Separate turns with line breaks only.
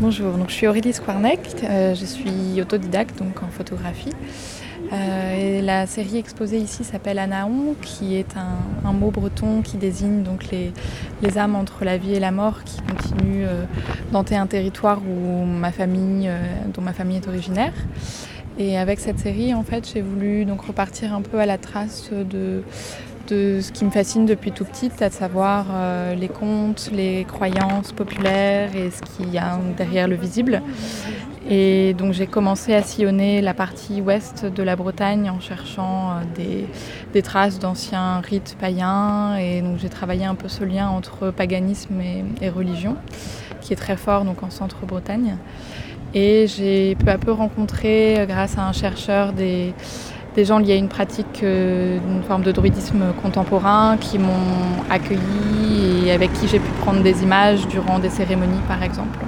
Bonjour, donc je suis Aurélie Squarnec, je suis autodidacte donc en photographie. Et la série exposée ici s'appelle Anaon, qui est un mot breton qui désigne donc les âmes entre la vie et la mort qui continuent d'hanter un territoire dont ma famille est originaire. Et avec cette série, en fait, j'ai voulu donc repartir un peu à la trace de ce qui me fascine depuis tout petite, à savoir les contes, les croyances populaires et ce qu'il y a derrière le visible. Et donc j'ai commencé à sillonner la partie ouest de la Bretagne en cherchant des traces d'anciens rites païens. Et donc j'ai travaillé un peu ce lien entre paganisme et religion, qui est très fort donc en centre-Bretagne. Et j'ai peu à peu rencontré, grâce à un chercheur, des gens liés à une pratique, une forme de druidisme contemporain qui m'ont accueilli et avec qui j'ai pu prendre des images durant des cérémonies par exemple.